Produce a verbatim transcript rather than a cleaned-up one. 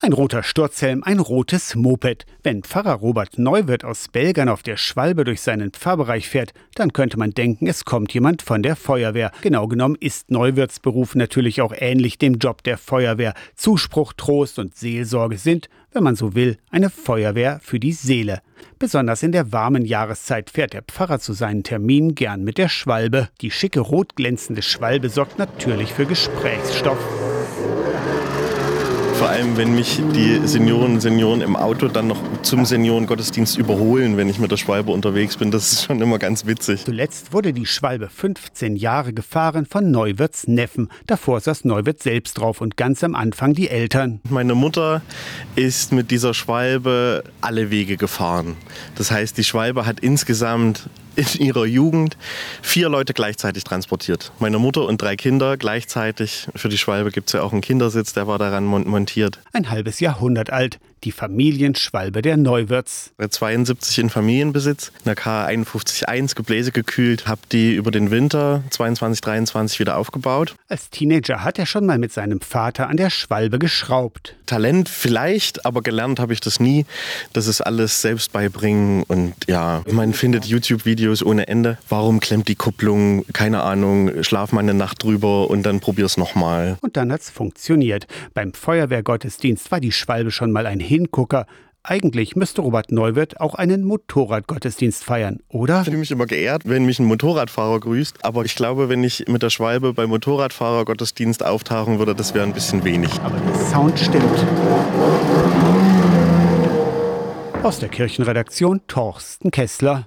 Ein roter Sturzhelm, ein rotes Moped. Wenn Pfarrer Robert Neuwirth aus Belgern auf der Schwalbe durch seinen Pfarrbereich fährt, dann könnte man denken, es kommt jemand von der Feuerwehr. Genau genommen ist Neuwirths Beruf natürlich auch ähnlich dem Job der Feuerwehr. Zuspruch, Trost und Seelsorge sind, wenn man so will, eine Feuerwehr für die Seele. Besonders in der warmen Jahreszeit fährt der Pfarrer zu seinen Terminen gern mit der Schwalbe. Die schicke rot glänzende Schwalbe sorgt natürlich für Gesprächsstoff. Vor allem, wenn mich die Senioren und Senioren im Auto dann noch zum Seniorengottesdienst überholen, wenn ich mit der Schwalbe unterwegs bin. Das ist schon immer ganz witzig. Zuletzt wurde die Schwalbe fünfzehn Jahre gefahren von Neuwirths Neffen. Davor saß Neuwirth selbst drauf und ganz am Anfang die Eltern. Meine Mutter ist mit dieser Schwalbe alle Wege gefahren. Das heißt, die Schwalbe hat insgesamt in ihrer Jugend vier Leute gleichzeitig transportiert. Meine Mutter und drei Kinder gleichzeitig. Für die Schwalbe gibt es ja auch einen Kindersitz, der war daran montiert. Ein halbes Jahrhundert alt. Die Familienschwalbe der Neuwirths. zweiundsiebzig in Familienbesitz, eine K einundfünfzig eins, Gebläse gekühlt. Habe die über den Winter zweiundzwanzig, dreiundzwanzig wieder aufgebaut. Als Teenager hat er schon mal mit seinem Vater an der Schwalbe geschraubt. Talent vielleicht, aber gelernt habe ich das nie. Das ist alles selbst beibringen und ja, man findet YouTube-Videos ohne Ende. Warum klemmt die Kupplung? Keine Ahnung, schlaf mal eine Nacht drüber und dann probier's nochmal. Und dann hat's funktioniert. Beim Feuerwehrgottesdienst war die Schwalbe schon mal ein Hingucker. Eigentlich müsste Robert Neuwirth auch einen Motorradgottesdienst feiern, oder? Ich fühle mich immer geehrt, wenn mich ein Motorradfahrer grüßt. Aber ich glaube, wenn ich mit der Schwalbe beim Motorradfahrergottesdienst auftauchen würde, das wäre ein bisschen wenig. Aber der Sound stimmt. Aus der Kirchenredaktion Torsten Kessler.